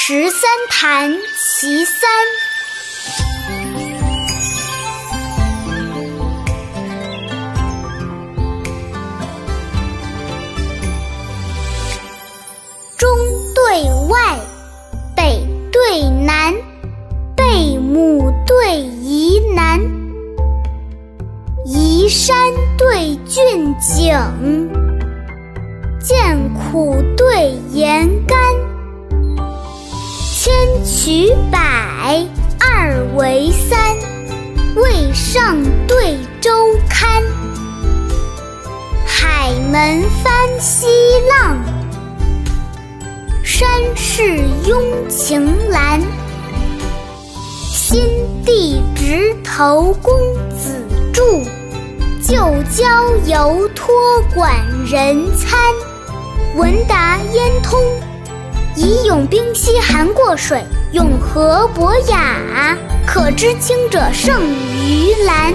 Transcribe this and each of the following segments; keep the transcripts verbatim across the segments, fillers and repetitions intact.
十三弹其三。中对外，北对南，背母对宜南，宜山对峻景，见苦对严干。千取百，二为三，渭上对周刊。海门翻西浪，山势拥晴岚。新地直投公子住，旧交犹托管人参。闻达焉通，以咏冰溪寒过水，咏和博雅，可知清者胜于蓝。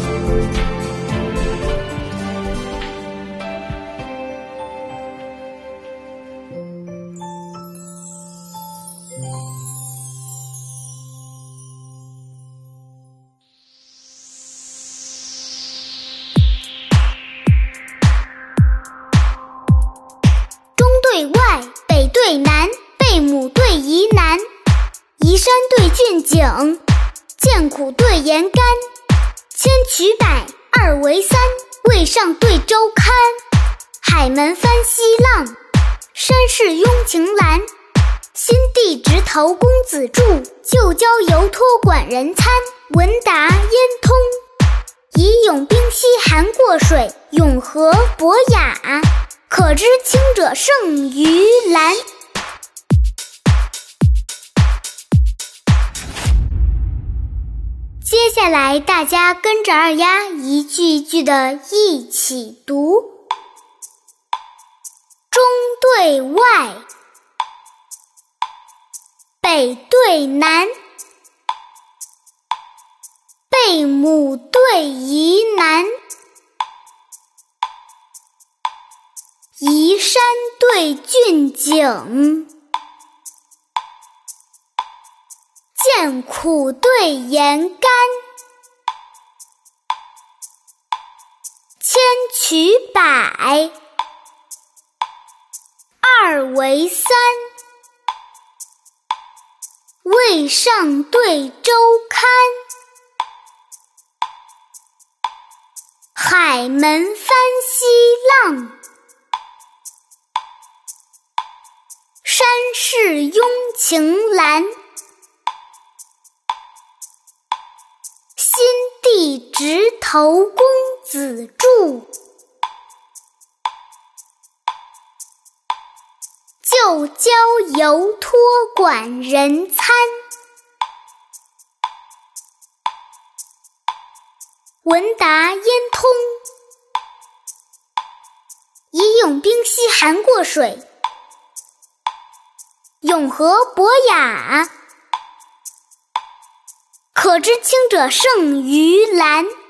对外，北对南，背母对宜南，宜山对峻景，见苦对严干。千取百，二为三，渭上对周刊。海门翻西浪，山势拥晴岚。新地直投公子住，旧交犹托管人参。闻达焉通，以咏冰溪寒过水，咏和博雅，可知清者胜于蓝。接下来大家跟着二丫一句一句的一起读。中对外，北对南，背母对宜南，宜山对峻景，见苦对严干。千取百，二为三，渭上对周刊。海门翻西浪，山势拥晴岚。新地直投公子住，旧交犹托管人参。闻达焉通，以咏冰溪寒过水，咏和博雅，可知清者胜于蓝。